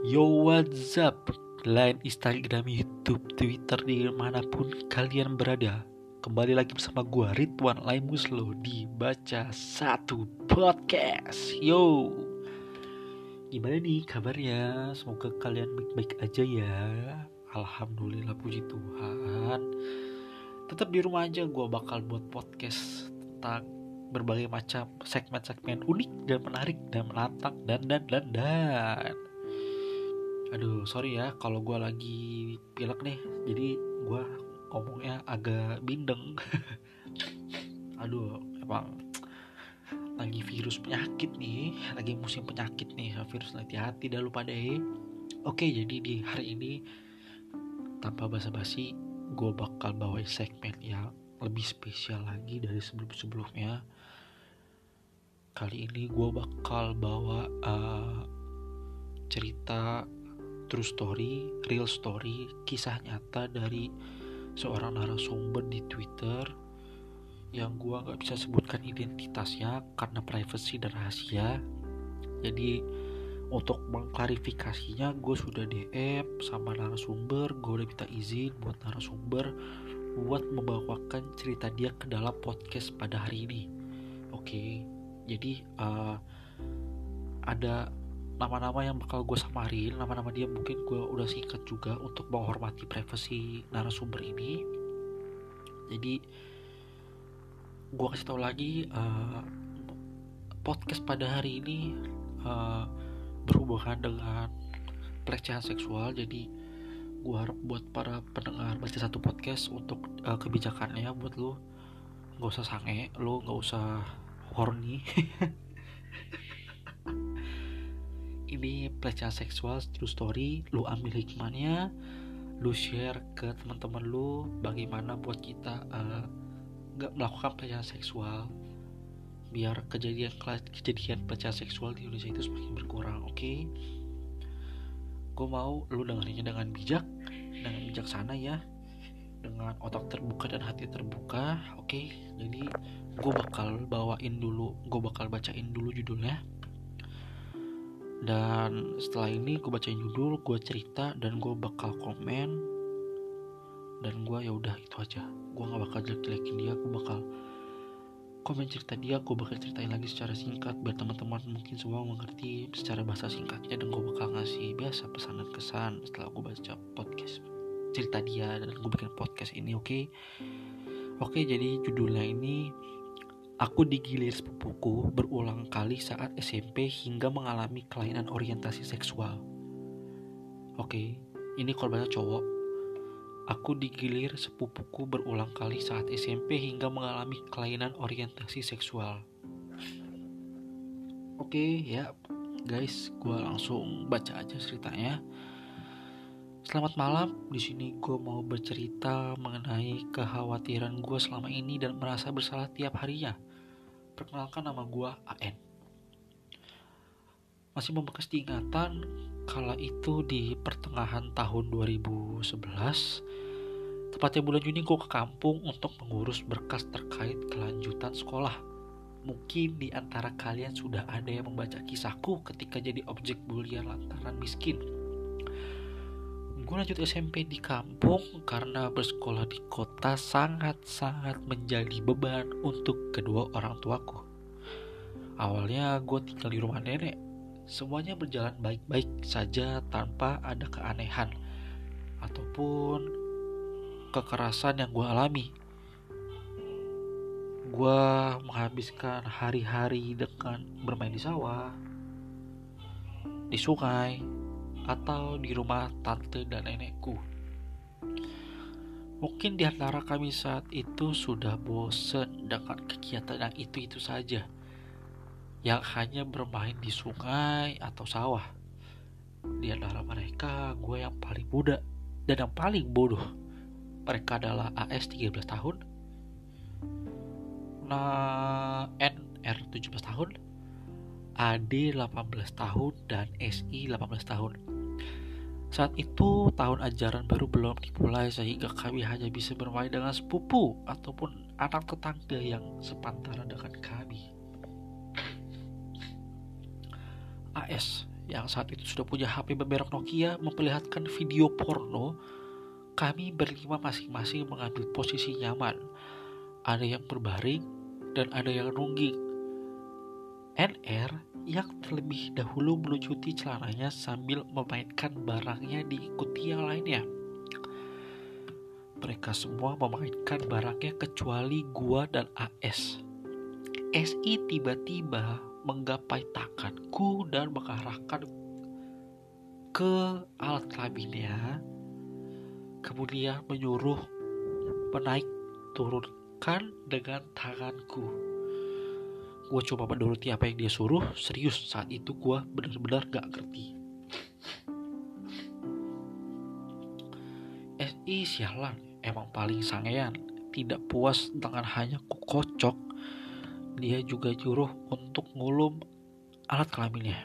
Yo, what's up? Line Instagram, YouTube, Twitter, dimanapun kalian berada. Kembali lagi bersama gue, Ridwan Laimuslo, di Baca Satu Podcast. Yo, gimana nih kabarnya? Semoga kalian baik-baik aja ya. Alhamdulillah, puji Tuhan. Tetap di rumah aja, gue bakal buat podcast tentang berbagai macam segmen-segmen unik dan menarik dan menantang dan. Aduh, sorry ya kalau gue lagi pilek nih. Jadi gue ngomongnya agak bindeng. Aduh, emang lagi virus penyakit nih. Lagi musim penyakit nih, virus. Hati-hati dah lu pada. Oke, jadi di hari ini tanpa basa-basi, gue bakal bawa segmen yang lebih spesial lagi dari sebelum-sebelumnya. Kali ini gue bakal bawa cerita true story, real story, kisah nyata dari seorang narasumber di Twitter yang gue gak bisa sebutkan identitasnya karena privacy dan rahasia. Jadi untuk mengklarifikasinya, gue sudah DM sama narasumber. Gue udah minta izin buat narasumber buat membawakan cerita dia ke dalam podcast pada hari ini. Oke, jadi ada nama-nama yang bakal gue samarin. Nama-nama dia mungkin gue udah singkat juga untuk menghormati privasi narasumber ini. Jadi gue kasih tahu lagi, podcast pada hari ini berhubungan dengan pelecehan seksual. Jadi gue harap buat para pendengar Baca Satu Podcast untuk kebijakannya buat lu gak usah sange, lu gak usah horny. Ini pelecehan seksual true story, lu ambil hikmahnya, lu share ke teman-teman lu bagaimana buat kita gak melakukan pelecehan seksual, biar kejadian pelecehan seksual di Indonesia itu semakin berkurang. Oke? Gue mau lu dengerinnya dengan bijak, dengan bijaksana ya, dengan otak terbuka dan hati terbuka. Oke? Jadi gue bakal bacain dulu judulnya. Dan setelah ini gue bacain judul, gue cerita, dan gue bakal komen. Dan gue ya udah itu aja. Gue nggak bakal jelek-jelekin dia. Gue bakal komen cerita dia. Gue bakal ceritain lagi secara singkat biar teman-teman mungkin semua mengerti secara bahasa singkatnya. Dan gue bakal ngasih biasa pesan dan kesan setelah gue baca podcast cerita dia dan gue bikin podcast ini. Oke, jadi judulnya ini: Aku digilir sepupuku berulang kali saat SMP hingga mengalami kelainan orientasi seksual. Oke, ini korbannya cowok. Aku digilir sepupuku berulang kali saat SMP hingga mengalami kelainan orientasi seksual. Oke, ya guys, gue langsung baca aja ceritanya. Selamat malam, di sini gue mau bercerita mengenai kekhawatiran gue selama ini dan merasa bersalah tiap harinya. Perkenalkan, nama gue AN. Masih membekas diingatan kala itu di pertengahan tahun 2011, tepatnya bulan Juni, gue ke kampung untuk mengurus berkas terkait kelanjutan sekolah. Mungkin di antara kalian sudah ada yang membaca kisahku ketika jadi objek bulian lantaran miskin. Gue lanjut SMP di kampung karena bersekolah di kota sangat-sangat menjadi beban untuk kedua orang tuaku. Awalnya gue tinggal di rumah nenek. Semuanya berjalan baik-baik saja tanpa ada keanehan ataupun kekerasan yang gue alami. Gue menghabiskan hari-hari dengan bermain di sawah, di sungai, atau di rumah tante dan nenekku. Mungkin di antara kami saat itu sudah bosan dengan kegiatan yang itu-itu saja, yang hanya bermain di sungai atau sawah. Di antara mereka, gue yang paling muda dan yang paling bodoh. Mereka adalah AS 13 tahun, NR 17 tahun, AD 18 tahun, dan SI 18 tahun. Saat itu tahun ajaran baru belum dimulai sehingga kami hanya bisa bermain dengan sepupu ataupun anak tetangga yang sepantaran dengan kami. AS yang saat itu sudah punya HP bermerek Nokia memperlihatkan video porno. Kami berlima masing-masing mengambil posisi nyaman. Ada yang berbaring dan ada yang nungging. NR yang terlebih dahulu melucuti celananya sambil memainkan barangnya diikuti yang lainnya. Mereka semua memainkan barangnya kecuali gua dan AS. SI tiba-tiba menggapai tanganku dan mengarahkan ke alat kelaminnya. Kemudian menyuruh menaik turunkan dengan tanganku. Gue coba menuruti apa yang dia suruh. Serius, saat itu gue benar-benar gak ngerti. SI sialan, emang paling sangean. Tidak puas dengan hanya ku kocok, dia juga nyuruh untuk ngulum alat kelaminnya.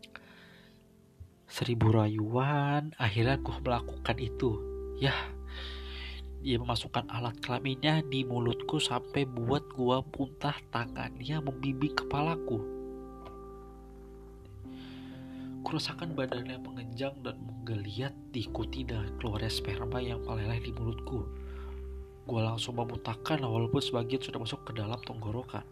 1000 rayuan, akhirnya gue melakukan itu. Yah, dia memasukkan alat kelaminnya di mulutku sampai buat gua muntah, tangannya membimbing kepalaku. Kurasakan badannya mengenjang dan menggeliat diikuti dengan keluarnya sperma yang meleleh di mulutku. Gua langsung memuntahkan walaupun sebagian sudah masuk ke dalam tenggorokan.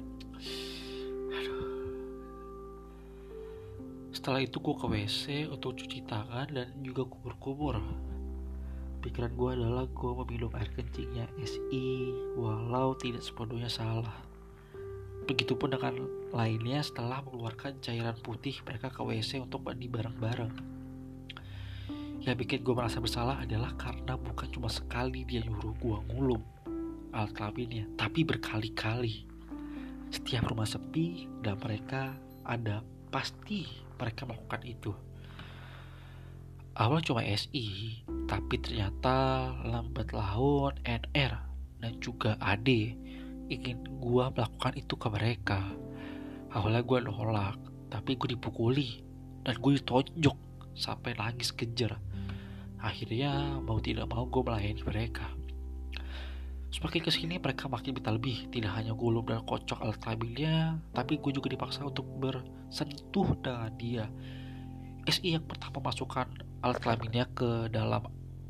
Setelah itu gue ke WC untuk cuci tangan dan juga kumur-kumur. Pikiran gue adalah gue meminum air kencingnya SI walau tidak sepenuhnya salah. Begitupun dengan lainnya. Setelah mengeluarkan cairan putih, mereka ke WC untuk mandi bareng-bareng. Yang bikin gue merasa bersalah adalah karena bukan cuma sekali dia nyuruh gue ngulum alat kelaminnya, tapi berkali-kali. Setiap rumah sepi dan mereka ada, pasti mereka melakukan itu. Awal cuma SI, tapi ternyata lambat laun NR dan juga AD ingin gue melakukan itu ke mereka. Awalnya gue nolak, tapi gue dipukuli dan gue ditonjok sampai nangis kejer. Akhirnya mau tidak mau gue melayani mereka. Semakin kesini mereka makin minta lebih. Tidak hanya gulung dan kocok alat kelaminnya, tapi gue juga dipaksa untuk bersentuh dengan dia. SI yang pertama masukkan alat kelaminnya ke dalam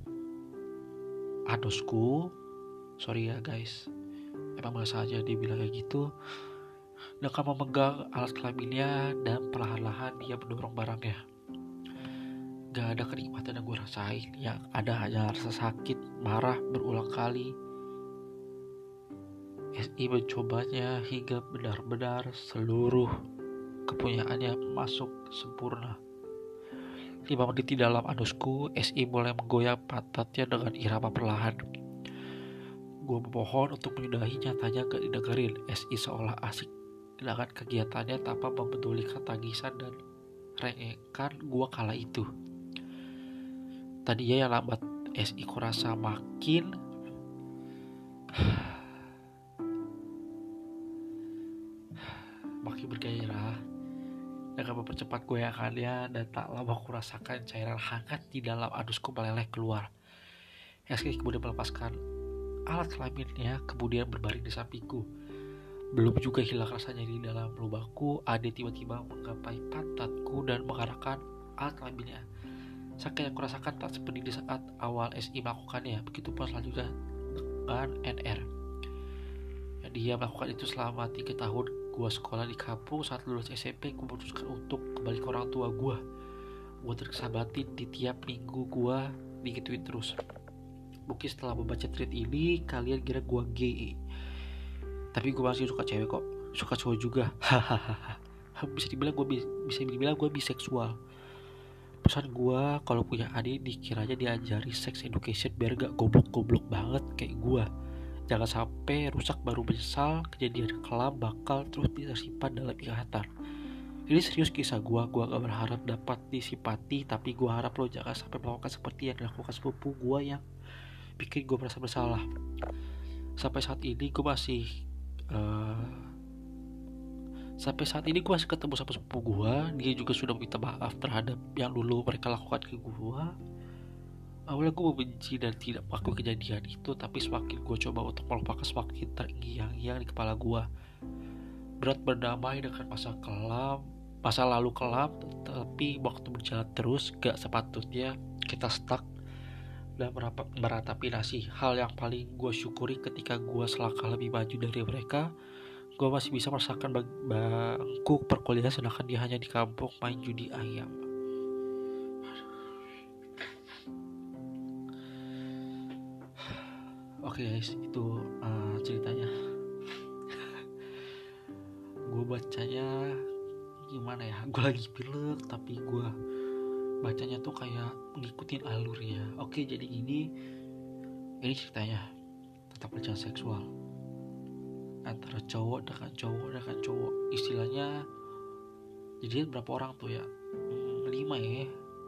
anusku. Sorry ya guys, emang biasa aja dia bilang kayak gitu. Dengan memegang alat kelaminnya dan perlahan-lahan dia mendorong barangnya. Gak ada kenikmatan yang gue rasain. Yang ada hanya rasa sakit, marah berulang kali. SI mencobanya hingga benar-benar seluruh kepunyaannya masuk sempurna. 5 menit di dalam anusku, SI mulai menggoyang pantatnya dengan irama perlahan. Gue memohon untuk menyudahi, nyatanya gak didengerin. SI seolah asik dengan kegiatannya tanpa mempedulikan tangisan dan rengekan gue kala itu. Tadinya yang lambat SI kurasa makin bergairah dengan mempercepat goyangannya, dan tak lama aku rasakan cairan hangat di dalam anusku meleleh keluar. SI kemudian melepaskan alat kelaminnya, kemudian berbaring di sampingku. Belum juga hilang rasanya di dalam lubangku, Ade tiba-tiba menggapai pantatku dan mengarahkan alat kelaminnya. Sakit yang kurasakan tak seperti di saat awal SI melakukannya. Begitupun selanjutnya dengan NR. Dia melakukan itu selama 3 tahun gue sekolah di kampung. Saat lulus SMP, gue memutuskan untuk kembali ke orang tua gue. Gue terkesah batin di tiap minggu gue digituin terus. Mungkin setelah membaca tweet ini kalian kira gue gay, tapi gue masih suka cewek kok, suka cowok juga. Bisa dibilang gue biseksual. Pesan gue kalau punya adik dikiranya diajari sex education biar gak goblok-goblok banget kayak gue. Jangan sampai rusak baru menyesal. Kejadian kelam bakal terus disimpan dalam ingatan. Ini serius kisah gue gak berharap dapat disipati, tapi gue harap lo jangan sampai melakukan seperti yang dilakukan sepupu gue yang bikin gue merasa bersalah. Sampai saat ini gue masih ketemu sama sepupu gue. Dia juga sudah minta maaf terhadap yang dulu mereka lakukan ke gue. Awalnya gue membenci dan tidak mengakui kejadian itu, tapi semakin gue coba untuk melupakan, semakin terngiang-ngiang di kepala gue. Berat berdamai dengan masa kelam masa lalu kelam, tapi waktu berjalan terus gak sepatutnya kita stuck dan meratapi nasib. Hal yang paling gue syukuri ketika gue selangkah lebih maju dari mereka, gue masih bisa merasakan bangku perkuliahan sedangkan dia hanya di kampung main judi ayam. Oke guys, itu ceritanya. Gue bacanya gimana ya, gue lagi pilek tapi gue bacanya tuh kayak ngikutin alurnya. Oke, jadi ini ceritanya tentang pelecehan seksual antara cowok dengan cowok. Istilahnya jadi berapa orang tuh ya, 5 ya,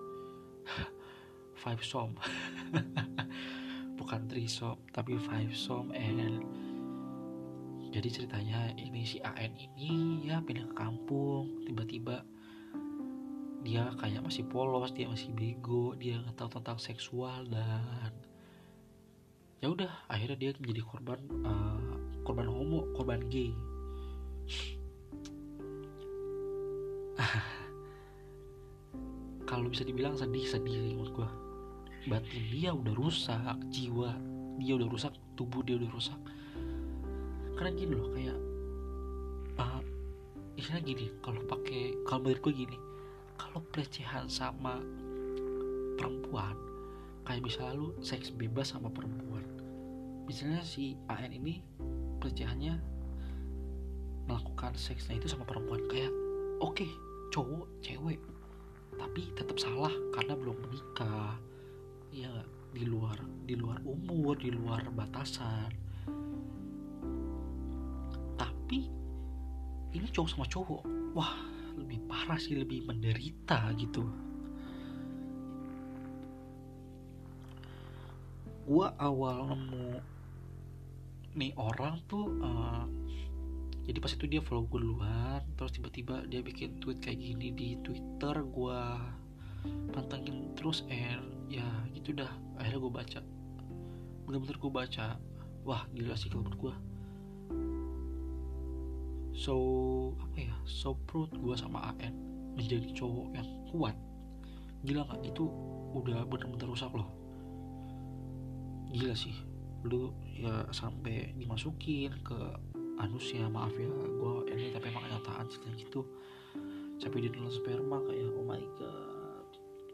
5 som bukan 3 som tapi 5 som. And jadi ceritanya ini si AN ini ya pindah ke kampung, tiba-tiba dia kayak masih polos, dia masih bego, dia nggak tahu tentang seksual, dan ya udah akhirnya dia menjadi korban homo, korban gay. Kalau bisa dibilang sedih menurut gue. Batin dia udah rusak, jiwa dia udah rusak, tubuh dia udah rusak. Karena gini loh, kayak istilah gini, kalau menurut gue gini, kalau pelecehan sama perempuan, kayak misalnya lu seks bebas sama perempuan, misalnya si AN ini pelecehannya melakukan seksnya itu sama perempuan, kayak oke, cowok cewek tapi tetap salah karena belum menikah ya, di luar umur, di luar batasan. Tapi ini cowok sama cowok, wah lebih parah sih, lebih menderita gitu. Gua awal nemu nih orang tuh jadi pas itu dia follow gue duluan, terus tiba-tiba dia bikin tweet kayak gini di Twitter. Gua pantengin terus, and ya gitu dah, akhirnya gue baca, bener-bener gue baca, wah gila sih kalau menurut gue. So proud gue sama AN menjadi cowok yang kuat. Gila gak, itu udah bener-bener rusak loh. Gila sih, lu ya sampai dimasukin ke anusnya, maaf ya gue ini tapi emang kenyataan ceritanya gitu, sampai ditelan sperma, kayak oh my god.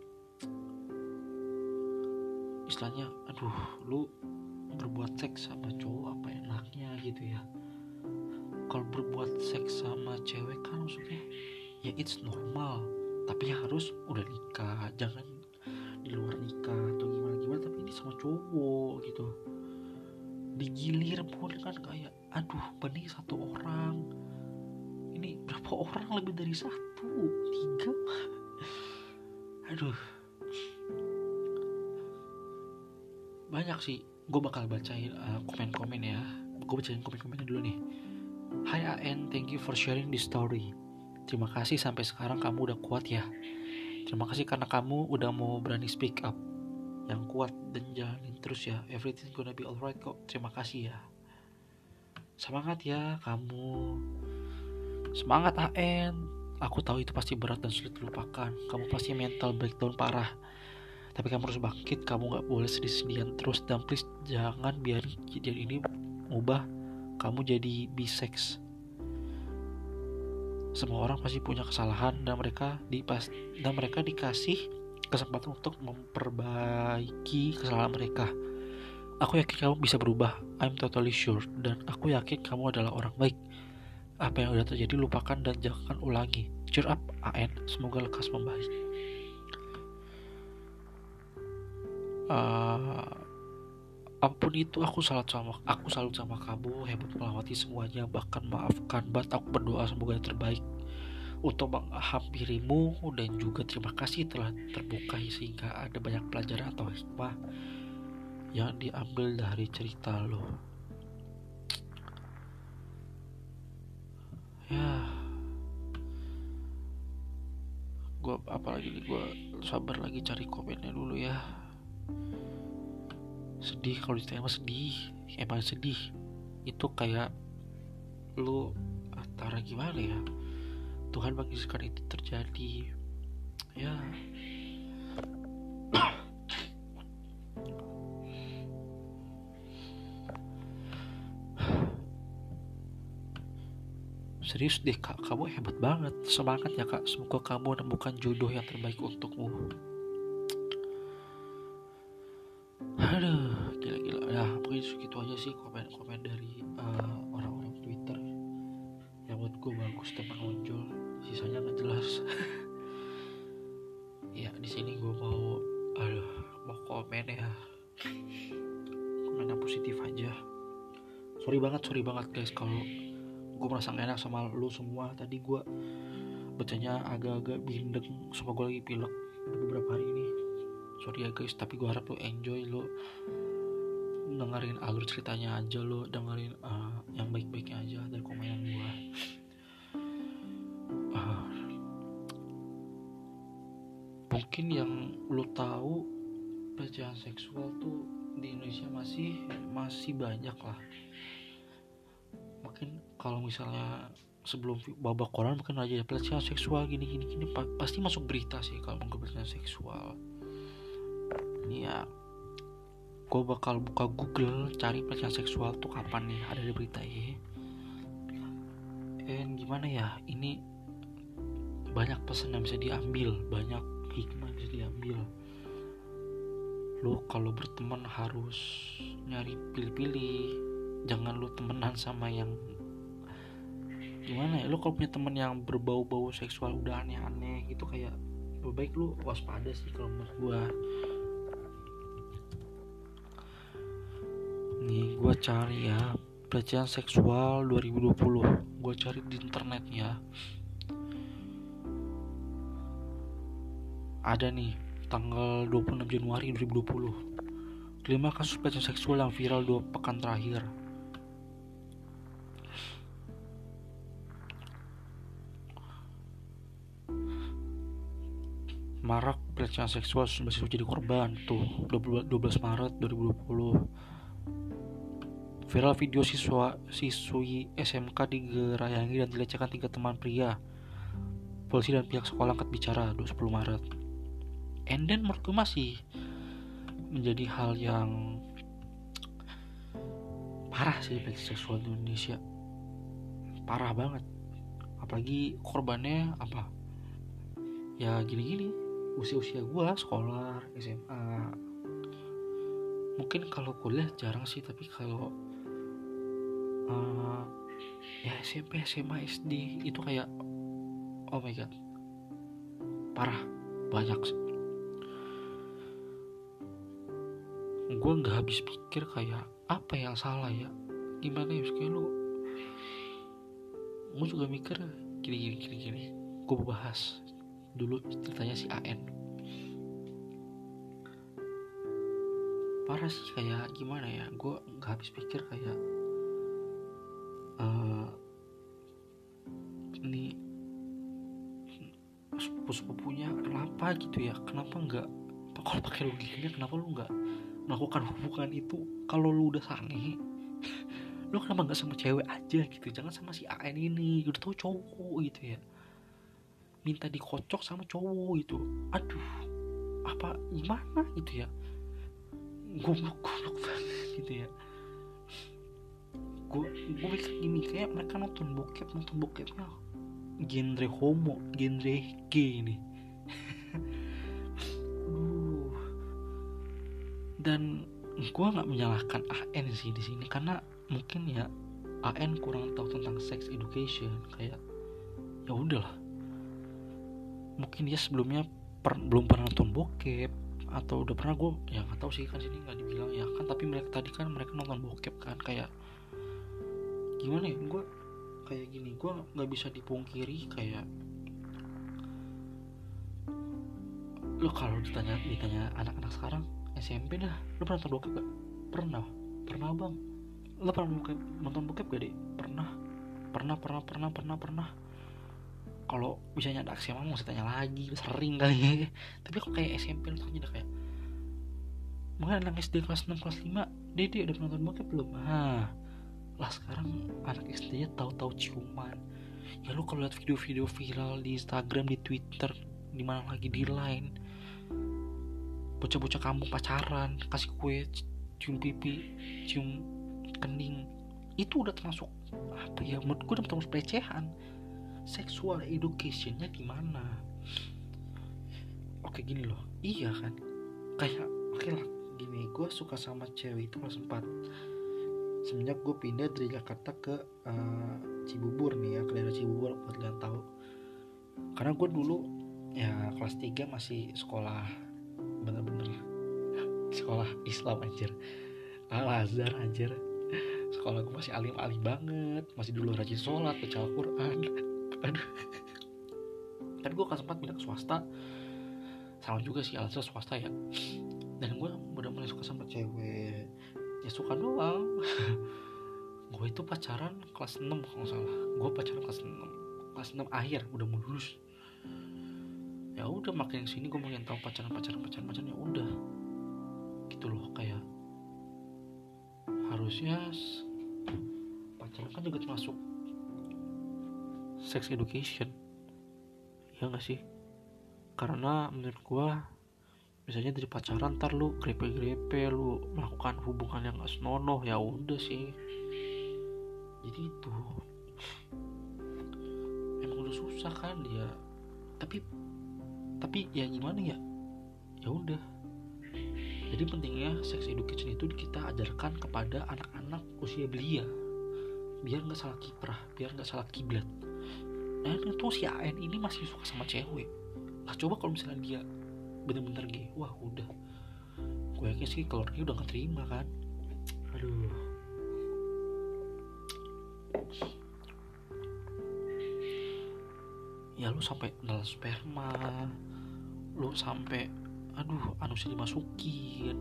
Istilahnya aduh, lu berbuat seks sama cowok apa enaknya gitu ya. Kalau berbuat seks sama cewek kan maksudnya ya it's normal, tapi harus udah nikah, jangan di luar nikah atau gimana, tapi ini sama cowok gitu. Digilir pun kan kayak aduh, benih satu orang, ini berapa orang, lebih dari 1, 3. Aduh, banyak sih. Gue bakal bacain komen-komen ya. Gue bacain komen-komennya dulu nih. Hai AN, thank you for sharing this story. Terima kasih sampai sekarang kamu udah kuat ya. Terima kasih karena kamu udah mau berani speak up. Yang kuat dan jalanin terus ya. Everything gonna be alright kok. Terima kasih ya. Semangat ya kamu. Semangat AN. Aku tahu itu pasti berat dan sulit dilupakan. Kamu pasti mental breakdown parah. Tapi kamu harus bangkit. Kamu gak boleh sedih-sedihan terus. Dan please jangan biarin kejadian ini mengubah kamu jadi bisex. Semua orang pasti punya kesalahan dan mereka dikasih kesempatan untuk memperbaiki kesalahan mereka. Aku yakin kamu bisa berubah. I'm totally sure. Dan aku yakin kamu adalah orang baik. Apa yang udah terjadi lupakan dan jangan ulangi. Cheer up AN. Semoga lekas membaik. Apapun itu, aku salut sama kamu, hebat melewati semuanya, bahkan maafkan banget. Aku berdoa semoga yang terbaik untuk menghampirimu, dan juga terima kasih telah terbuka sehingga ada banyak pelajaran atau hikmah yang diambil dari cerita lo. Ya, gue sabar lagi cari komennya dulu ya. Sedih, kalau ditanya emang sedih. Itu kayak lu antara gimana ya, Tuhan mengizinkan itu terjadi. Ya, serius deh kak, kamu hebat banget. Semangat ya kak, semoga kamu menemukan jodoh yang terbaik untukmu. Aduh, gila-gila. Ya mungkin segitu aja sih komen-komen dari orang-orang Twitter yang buat gue bagus dan menonjol. Sisanya nggak jelas. Ya di sini gue mau komen ya, komen yang positif aja. Sorry banget guys kalau gue merasa gak enak sama lu semua. Tadi gue bacanya agak-agak bindeng, sama gue lagi pilek beberapa hari ini. Sorry ya guys, tapi gue harap lu enjoy, lu dengerin alur ceritanya aja, lu dengerin yang baik-baiknya aja dari komenan gue. Mungkin yang lu tahu, pelecehan seksual tuh di Indonesia masih banyak lah. Mungkin kalau misalnya sebelum babak koran mungkin aja pelecehan seksual gini pasti masuk berita sih kalau mau pelecehan seksual. Ini ya, gue bakal buka Google cari pelecehan seksual tuh kapan nih ada di berita ya. Dan gimana ya, ini banyak pesan yang bisa diambil, banyak hikmah yang bisa diambil. Lu kalau berteman harus nyari pilih-pilih. Jangan lu temenan sama yang gimana ya, lu kalau punya temen yang berbau-bau seksual udah aneh-aneh gitu, kayak lebih baik lu waspada sih kalau menurut gua. Nih gua cari ya, pelecehan seksual 2020, gua cari di internet ya. Ada nih tanggal 26 Januari 2020, 5 kasus pelecehan seksual yang viral 2 pekan terakhir. Marak pelecehan seksual mahasiswa jadi korban tuh 12 Maret 2020. Viral video siswi SMK digerayangi dan dilecehkan 3 teman pria. Polisi dan pihak sekolah angkat bicara 10 Maret. And then menurut gue masih menjadi hal yang parah sih pelecehan seksual di Indonesia. Parah banget. Apalagi korbannya apa? Ya gini-gini, usia gue sekolah SMA. Mungkin kalau kuliah jarang sih, tapi kalau ya SMP, SMA, SD itu kayak oh my god, parah, banyak sih. Gue nggak habis pikir kayak apa yang salah ya, gimana ya, kayak gue juga mikir gini. Gue bahas dulu ceritanya si AN. Parah sih, kayak gimana ya, gue nggak habis pikir kayak ini sepupunya kenapa gitu ya, kenapa nggak, kalau pakai logikanya kenapa lu nggak melakukan hubungan itu kalau lu udah sange. Lu kenapa nggak sama cewek aja gitu, jangan sama si AN ini, udah tau cowok gitu ya, minta dikocok sama cowok gitu. Aduh, apa gimana gitu ya, goblok banget gitu ya. Gue mikir gini, kayak mereka nonton bokepnya genre homo, genre gay ini. Dan gue nggak menyalahkan AN sih di sini, karena mungkin ya AN kurang tahu tentang sex education. Kayak ya udahlah, mungkin dia sebelumnya belum pernah nonton bokep, atau udah pernah, gue ya nggak tahu sih, kan sini nggak dibilang ya kan. Tapi mereka nonton bokep kan, kayak gimana ya, gue kayak gini, gue nggak bisa dipungkiri kayak lo kalau ditanya anak-anak sekarang SMP dah, lo pernah nonton bokep gak? Pernah bang. Lo pernah nonton bokep gak deh? Pernah. Kalau misalnya anak SMA mau saya tanya lagi, sering kali. Tapi kok kayak SMP nontonnya udah kayak, mungkin anak SD kelas 6 kelas 5, Dede udah pernah nonton bokep belum? Lah sekarang anak SD nya tahu-tahu ciuman, Ya lu kalau lihat video-video viral di Instagram, di Twitter, di mana lagi, di Line, bocah-bocah kampung pacaran, kasih kue, cium pipi, cium kening, itu udah termasuk apa ya, menurut gue udah termasuk pelecehan. Sexual educationnya di mana? Oke gini loh, iya kan, kayak oke lah gini, gue suka sama cewek itu kelas 4 semenjak gue pindah dari Jakarta ke Cibubur nih ya, ke daerah Cibubur buat kalian tahu. Karena gue dulu ya kelas 3 masih sekolah bener-bener sekolah Islam anjir, Al-Azhar anjir. Sekolah gue masih alim-alim banget, masih dulu rajin sholat, baca Al-Quran. Aduh. Kan gue kelas 4 pindah ke swasta, sama juga sih Al-Azhar swasta ya. Dan gue udah mulai suka sama cewek, ya suka doang. Gue itu pacaran kelas 6 kalau nggak salah. Gue pacaran kelas 6 akhir, udah mau lulus. Ya udah makin sini gue makin tahu pacaran ya udah gitu loh. Kayak harusnya pacaran kan juga termasuk sex education, ya nggak sih? Karena menurut gue misalnya dari pacaran ntar lu grepe-grepe, lu melakukan hubungan yang gak senonoh, ya udah sih. Jadi itu emang udah susah kan dia. Tapi ya gimana ya? Ya udah. Jadi pentingnya sex education itu kita ajarkan kepada anak-anak usia belia, biar nggak salah kiprah, biar nggak salah kiblat. Nah itu si AN ini masih suka sama cewek. Lah coba kalau misalnya dia bener-bener gay, wah udah, gue yakin sih keluarganya udah gak terima kan. Aduh. Ya lu sampai nol sperma, lu sampai anusnya dimasukin.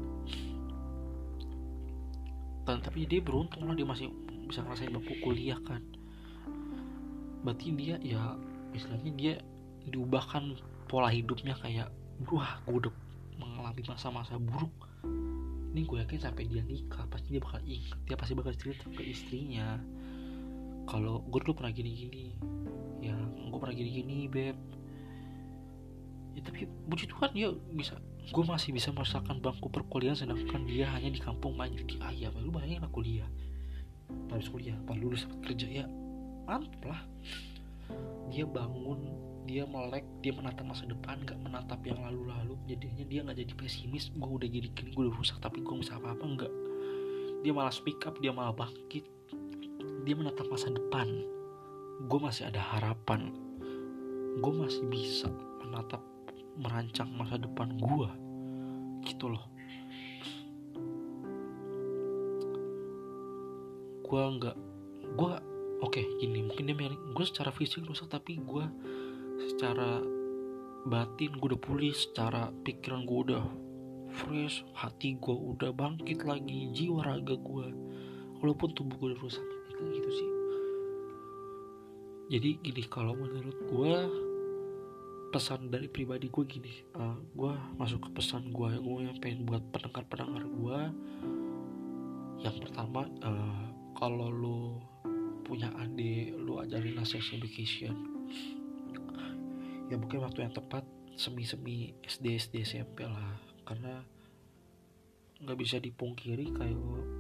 Dan tapi dia beruntung lah, dia masih bisa ngerasain bangku kuliah kan. Berarti dia ya istilahnya dia diubahkan pola hidupnya, kayak wah gue udah mengalami masa-masa buruk. Ini gue yakin sampai dia nikah pasti dia bakal ingat, dia pasti bakal cerita ke istrinya, kalau gue dulu pernah gini-gini, ya gue pernah gini-gini beb. Ya tapi puji Tuhan dia bisa, gue masih bisa merasakan bangku perkuliahan, sedangkan dia hanya di kampung main judi ayam. Lu bayangin lah kuliah, habis kuliah pas lulus kerja, ya mantap lah. Dia bangun, dia melek, dia menatap masa depan, gak menatap yang lalu-lalu. Jadinya dia gak jadi pesimis, gue udah gini, gue udah rusak tapi gue bisa apa-apa, enggak. Dia malah speak up, dia malah bangkit, dia menatap masa depan. Gue masih ada harapan, gue masih bisa merancang masa depan gue, gitu loh. Oke, gini, mungkin dia gue secara fisik rusak, tapi gue secara batin gue udah pulih, secara pikiran gue udah fresh, hati gue udah bangkit lagi, jiwa raga gue, walaupun tubuh gue udah rusak, gitu sih. Jadi gini, kalau menurut gue pesan dari pribadi gue gini, gue masuk ke pesan gue yang pengen buat pendengar gue. Yang pertama, kalau lu punya adik, lu ajarin sex education. Ya mungkin waktu yang tepat semi SD SMP lah, karena nggak bisa dipungkiri kayak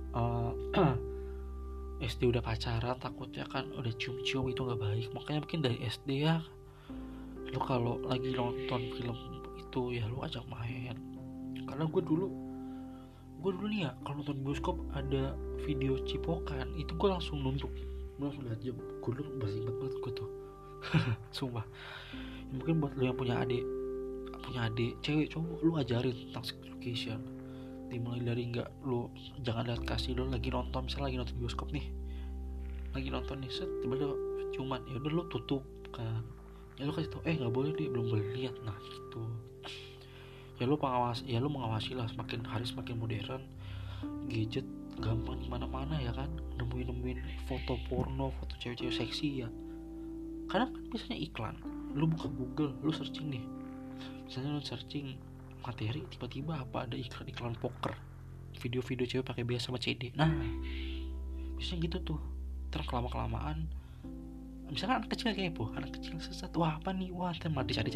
SD udah pacaran, takutnya kan udah cium-cium, itu nggak baik. Makanya mungkin dari SD ya, lu kalau lagi nonton film itu ya lu ajak main. Karena gue dulu nih ya, kalau nonton bioskop ada video cipokan, itu gue langsung nunduk, gue langsung lihat jam. Gue dulu masih ingat banget gue tuh. Sumpah. Mungkin buat lu yang punya adik cewek cowok, lu ajarin tentang sex education. Dimulai dari lu jangan lihat kasih, lu lagi nonton, misalnya lagi nonton bioskop nih, lagi nonton nih, set tiba-tiba cuman, ya udah lu tutup kan, ya lu kasih tau, nggak boleh deh, belum boleh lihat. Nah gitu. Ya lu mengawasi lah, semakin hari semakin modern, gadget gampang dimana-mana ya kan, nemuin foto porno, foto cewek-cewek seksi ya. Karena kan biasanya iklan, lu buka Google, lu searching nih, misalnya lu searching materi, tiba-tiba ada iklan poker, video-video cewek pakai biasa sama CD. Nah biasanya gitu tuh. Terus kelamaan misalkan anak kecil kepo, anak kecil sesat, wah apa nih, wah ntar malah dicari,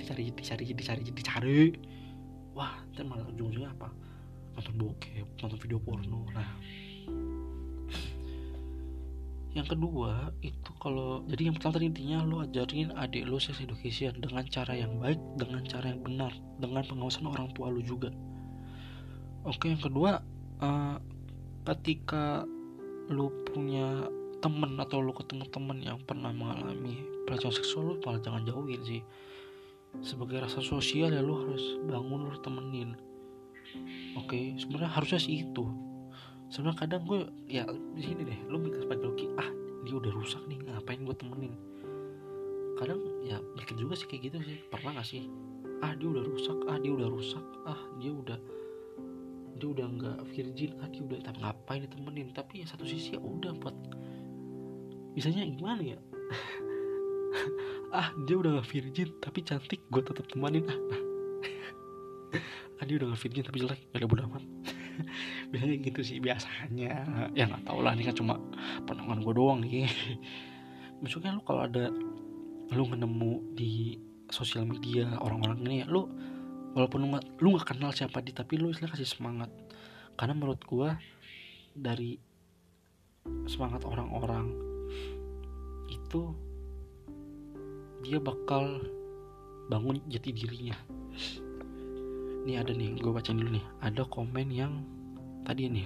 wah ntar malah ujung-ujungnya apa, nonton bokep, nonton video porno. Nah yang kedua itu, kalau jadi yang pertama tadi intinya lo ajarin adik lo sex education dengan cara yang baik, dengan cara yang benar, dengan pengawasan orang tua lo juga. Oke, yang kedua, ketika lo punya temen atau lo ketemu temen yang pernah mengalami pelecehan seksual, lo malah jangan jauhin sih. Sebagai rasa sosial ya lo harus bangun, lo temenin. Oke, sebenarnya harusnya sih itu. Sebenarnya kadang gue ya di sini deh, lo mikir sebagai lagi, dia udah rusak nih, ngapain gue temenin. Kadang ya mikir juga sih kayak gitu sih, pernah gak sih, dia udah rusak, dia udah nggak virgin, dia udah, tapi ngapain ditemenin. Tapi ya satu sisi ya udah buat, misalnya gimana ya, dia udah nggak virgin tapi cantik, gue tetap temenin. Dia udah nggak virgin tapi jelek, ya udah bodo amat. Biasanya gitu sih biasanya. Ya nggak tau lah, ini kan cuma pandangan gue doang nih. Maksudnya lu kalau ada lu nemu di sosial media orang-orang ini ya, lu walaupun lu nggak kenal siapa dia, tapi lu istilah kasih semangat. Karena menurut gue dari semangat orang-orang itu dia bakal bangun jati dirinya. Nih ada nih, gue bacain dulu nih. Ada komen yang tadi nih,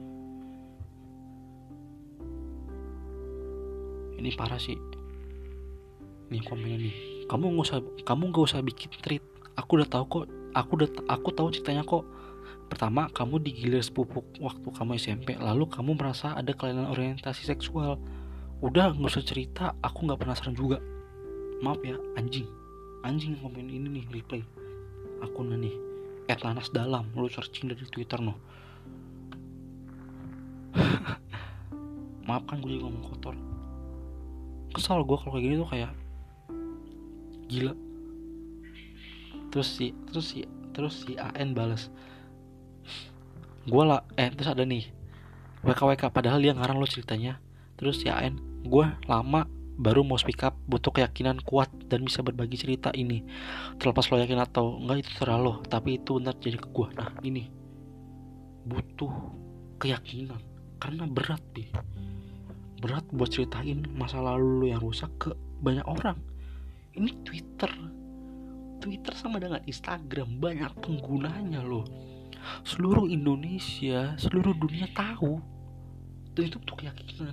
ini parah sih. Nih komennya nih, kamu nggak usah bikin tweet. Aku tahu ceritanya kok. Pertama, kamu digilir sepupuk waktu kamu SMP, lalu kamu merasa ada kelainan orientasi seksual. Udah, nggak usah cerita, aku nggak penasaran juga. Maaf ya, anjing komen ini nih, replay akunnya nih @nanasdalam, lu searching dari Twitter noh. Maaf kan gue juga ngomong kotor, kesal gue kalau kayak gini tuh, kayak gila. Terus si AN balas, gue lah terus ada nih WKWK, padahal dia ngarang lo ceritanya. Terus si AN, gue lama baru mau speak up, butuh keyakinan kuat dan bisa berbagi cerita ini. Terlepas lo yakin atau enggak itu terserah lo, tapi itu benar jadi ke gue. Nah ini butuh keyakinan, karena berat buat ceritain masa lalu lo yang rusak ke banyak orang. Ini Twitter sama dengan Instagram, banyak penggunanya loh, seluruh Indonesia, seluruh dunia tahu. Dan itu butuh keyakinan,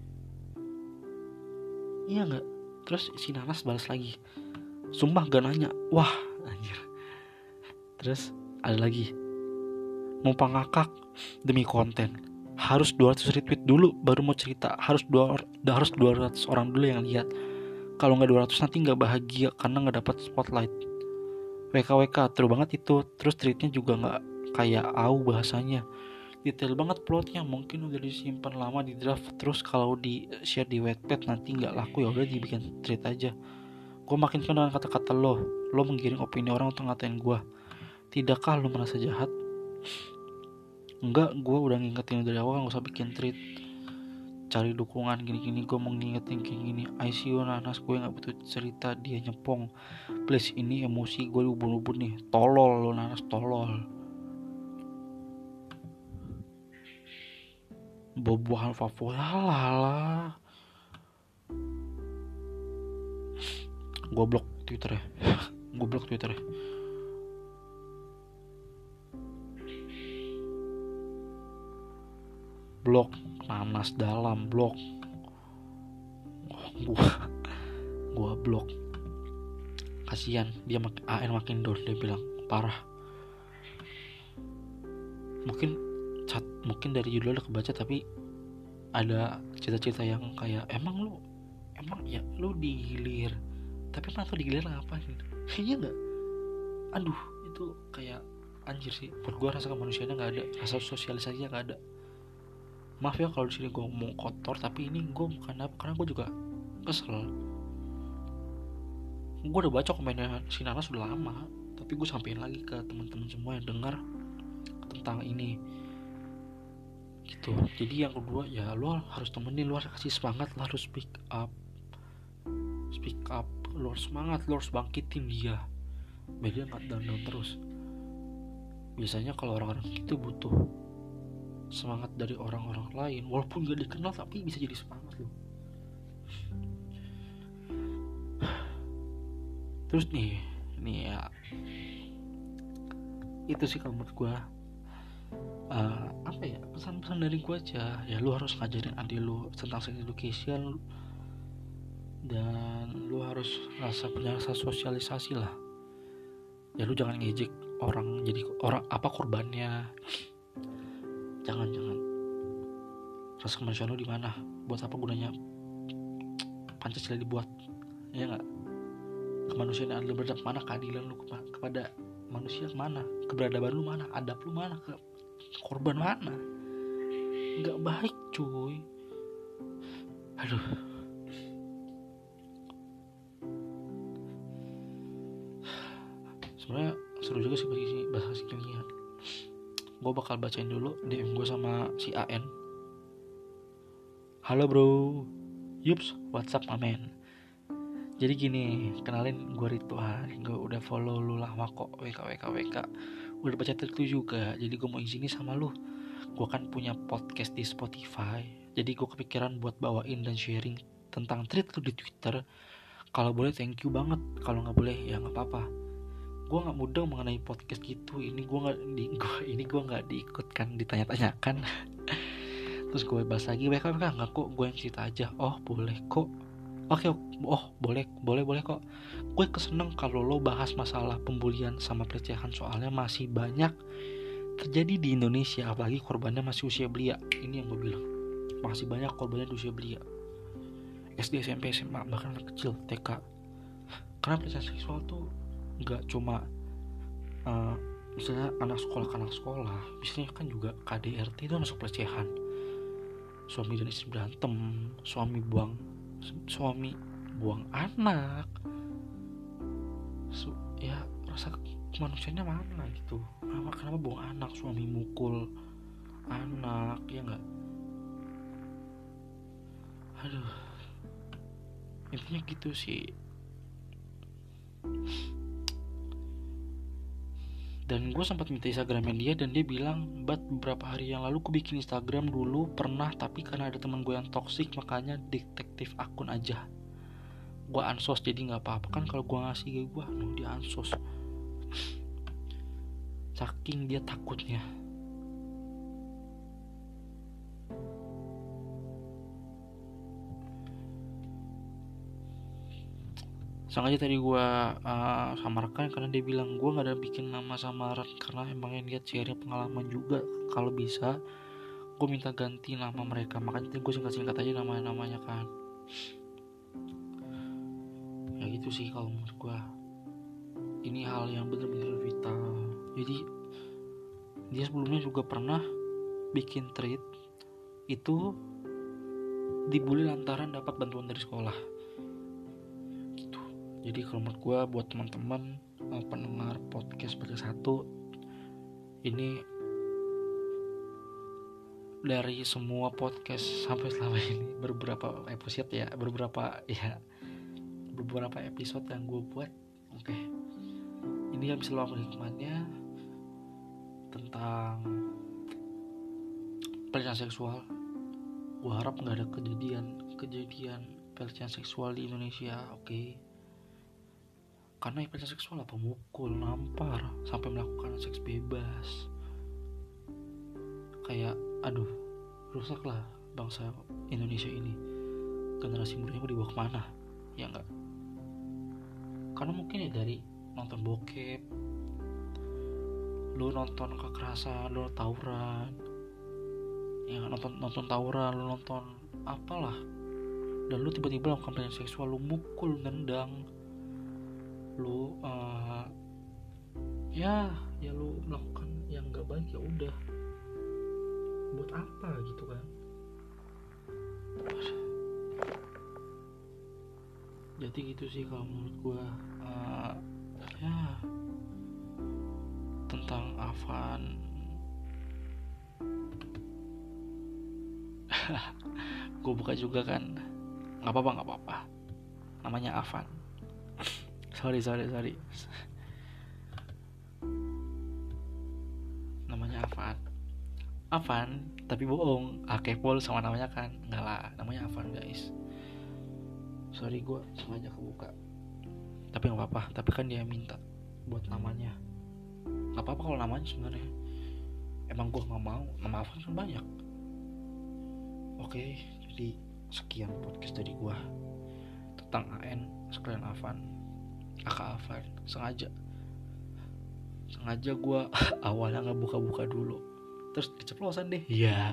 iya gak? Terus si Nanas balas lagi, sumpah gak nanya. Wah anjir. Terus ada lagi, numpang ngakak demi konten, harus 200 retweet dulu baru mau cerita, harus 200 orang dulu yang lihat. Kalau gak 200 nanti gak bahagia karena gak dapat spotlight. WKWK, terus banget itu. Terus tweetnya juga gak kayak bahasanya, detail banget plotnya, mungkin udah disimpan lama di draft. Terus kalau di share di Wattpad nanti nggak laku, ya udah dibikin tweet aja. Gue makin kenal dengan kata-kata lo menggiring opini orang untuk ngatain gue. Tidakkah lo merasa jahat? Enggak, gue udah ngingetin dari awal nggak usah bikin tweet, cari dukungan gini-gini. Gue mau ngingetin kayak gini, ICU Nanas, gue nggak butuh cerita dia nyepong, please. Ini emosi gue ubun-ubun nih. Tolol lo Nanas, tolol. Bobohan favorit lah. Gue blok Twitter ya. Blok Nanas dalam blok. Gua blok. Kasian dia, makin down. Dia bilang parah. Mungkin dari judulnya udah kebaca, tapi ada cerita-cerita yang kayak emang lu digilir, tapi emang tuh digilir apa gitu, kayaknya nggak. Aduh, itu kayak anjir sih. Buat gue rasa kemanusiaannya nggak ada, rasa sosialisasinya nggak ada. Maaf ya kalau di sini gue ngomong kotor, tapi ini gue bukan apa, karena gue juga kesel. Gue udah baca komennya si Nana sudah lama, tapi gue sampein lagi ke teman-teman semua yang dengar tentang ini gitu. Jadi yang kedua ya, lo harus temenin, lo harus kasih semangat, lo harus speak up. speak up, lu harus semangat, lu harus bangkitin dia biar dia gak down terus. Biasanya kalau orang-orang itu butuh semangat dari orang-orang lain, walaupun gak dikenal tapi bisa jadi semangat loh. Terus nih ya, itu sih kalau menurut gue apa ya, pesan-pesan dari gue aja ya, lu harus ngajarin adik lu tentang sex education dan lu harus punya rasa sosialisasi lah ya. Lu jangan ngejek orang jadi orang apa korbannya, jangan rasa kemanusiaan lu di mana, buat apa gunanya Pancasila dibuat, ya nggak? Kemanusiaan adil beradab mana, keadilan lu kepada manusia mana, keberadaban lu mana, adab lu mana, ke korban mana? Nggak baik cuy. Aduh, sebenarnya seru juga sih bahas ginian. Gue bakal bacain dulu DM gue sama si AN. Halo bro, yups, what's up amen. Jadi gini, kenalin gue Ridwan. Gue udah follow lu lama kok, WK. Udah baca tweet lu juga. Jadi gue mau izini sama lu, gue kan punya podcast di Spotify. Jadi gue kepikiran buat bawain dan sharing tentang tweet lu di Twitter. Kalau boleh thank you banget, kalau gak boleh ya gak apa-apa. Gue gak mudeng mengenai podcast gitu. Ini gue gak diikutkan, ditanya-tanyakan. Terus gue bahas lagi, WK gak kok, gue yang cerita aja. Oh boleh kok. Oke, oh boleh kok. Gue keseneng kalau lo bahas masalah pembulian sama pelecehan, soalnya masih banyak terjadi di Indonesia, apalagi korbannya masih usia belia. Ini yang gue bilang, masih banyak korbannya di usia belia, SD, SMP, SMA, bahkan anak kecil, TK. Karena pelecehan seksual tuh nggak cuma misalnya anak sekolah ke anak sekolah, misalnya kan juga KDRT itu masuk pelecehan. Suami dan istri berantem, suami buang anak, ya rasa kemanusiaannya mana gitu. Kenapa buang anak, suami mukul anak, ya nggak? Aduh, intinya gitu sih. Dan gue sempat minta Instagramnya dia, dan dia bilang, beberapa hari yang lalu gue bikin Instagram dulu pernah, tapi karena ada teman gue yang toksik makanya detektif akun aja. Gue ansos, jadi nggak apa-apa kan kalau gue ngasih ke gue, dia ansos. Saking dia takutnya. Sengaja tadi gue samarkan karena dia bilang gue gak ada bikin nama samaran, karena emangnya dia sharing pengalaman juga. Kalau bisa gue minta ganti nama mereka, makanya gue singkat aja namanya kan. Ya gitu sih kalau menurut gue. Ini hal yang benar-benar vital. Jadi dia sebelumnya juga pernah bikin tweet itu dibully lantaran dapat bantuan dari sekolah. Jadi kalau menurut gue, buat teman-teman pendengar podcast Baca Satu, ini dari semua podcast sampai selama ini, beberapa episode yang gue buat, oke, ini yang bisa lo ambil hikmahnya tentang pelecehan seksual. Gue harap nggak ada kejadian pelecehan seksual di Indonesia, oke? Karena pelecehan seksual apa, mukul, nampar, sampai melakukan seks bebas. Kayak aduh, rusaklah bangsa Indonesia ini. Generasi mudanya mau dibawa kemana? Ya enggak. Karena mungkin ya dari nonton bokep, lu nonton kekerasan, lu tawuran, ya nonton tawuran, lu nonton apalah, dan lu tiba-tiba melakukan pelecehan seksual, lu mukul, nendang, lu ya lu melakukan yang nggak baik, ya udah, buat apa gitu kan? Jadi gitu sih kalau menurut gue, ya tentang Afan. Gue buka juga kan, nggak apa-apa, namanya Avan. sorry namanya Avan tapi bohong, Akepol sama namanya kan enggak lah, namanya Avan guys. Sorry gue sengaja kebuka, tapi nggak apa-apa. Tapi kan dia minta buat namanya, nggak apa-apa kalau namanya sebenarnya. Emang gue nggak mau, nama Avan kan banyak. Oke, jadi sekian podcast dari gue tentang AN sekalian Avan, kakak Avan. Sengaja gue awalnya nggak buka-buka dulu, terus keceplosan deh. Ya,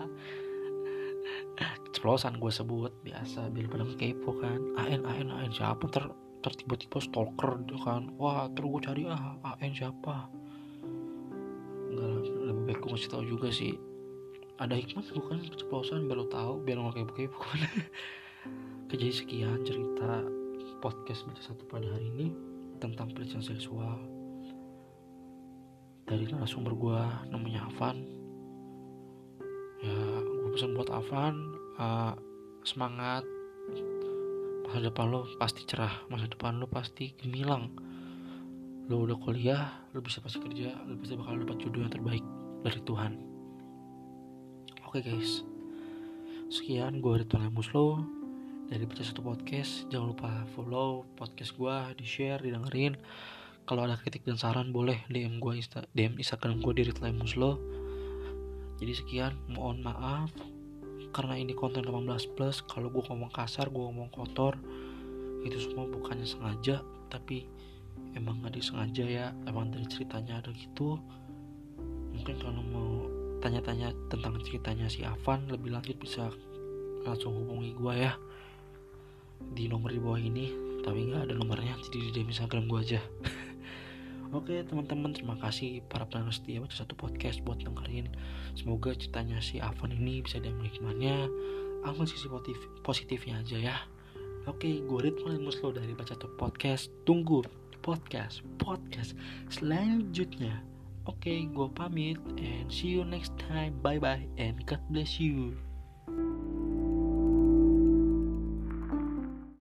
keceplosan gue sebut biasa biar pada kepo kan. AN siapa, ter tiba-tiba stalker gitu kan. Wah, terus gue cari AN siapa. Enggak, lebih baik gue ngasih tahu juga sih. Ada hikmah bukan keceplosan, biar lo tahu, biar lo gak kepo kan. Jadi sekian cerita podcast Baca Satu pada hari ini tentang pelecehan seksual dari narasumber gue namanya Avan. Ya, gue pesan buat Avan, semangat. Masa depan lo pasti cerah, masa depan lo pasti gemilang. Lo udah kuliah, lo bisa pasti kerja, lo pasti bakal dapat jodoh yang terbaik dari Tuhan. Oke guys, sekian gue Ridwan Muslo dari Baca Satu Podcast. Jangan lupa follow podcast gue, di share, didengerin. Kalau ada kritik dan saran boleh DM gue, DM Instagram gue di Ridwan Muslo. Jadi sekian, mohon maaf karena ini konten 18+. Kalau gue ngomong kasar, gue ngomong kotor, itu semua bukannya sengaja, tapi emang gak disengaja ya. Emang dari ceritanya ada gitu. Mungkin kalau mau tanya-tanya tentang ceritanya si Avan lebih lanjut bisa langsung hubungi gue ya di nomor di bawah ini, tapi gak ada nomornya, jadi di DM Instagram gue aja. Oke teman-teman, terima kasih para pendengar setia Baca Satu Podcast buat dengerin. Semoga ceritanya si Avan ini bisa diambil hikmahnya, ambil sisi positifnya aja ya. Oke, gue Ridwan Muslo dari Baca Satu Podcast. Tunggu podcast selanjutnya. Oke, gue pamit and see you next time. Bye bye and God bless you.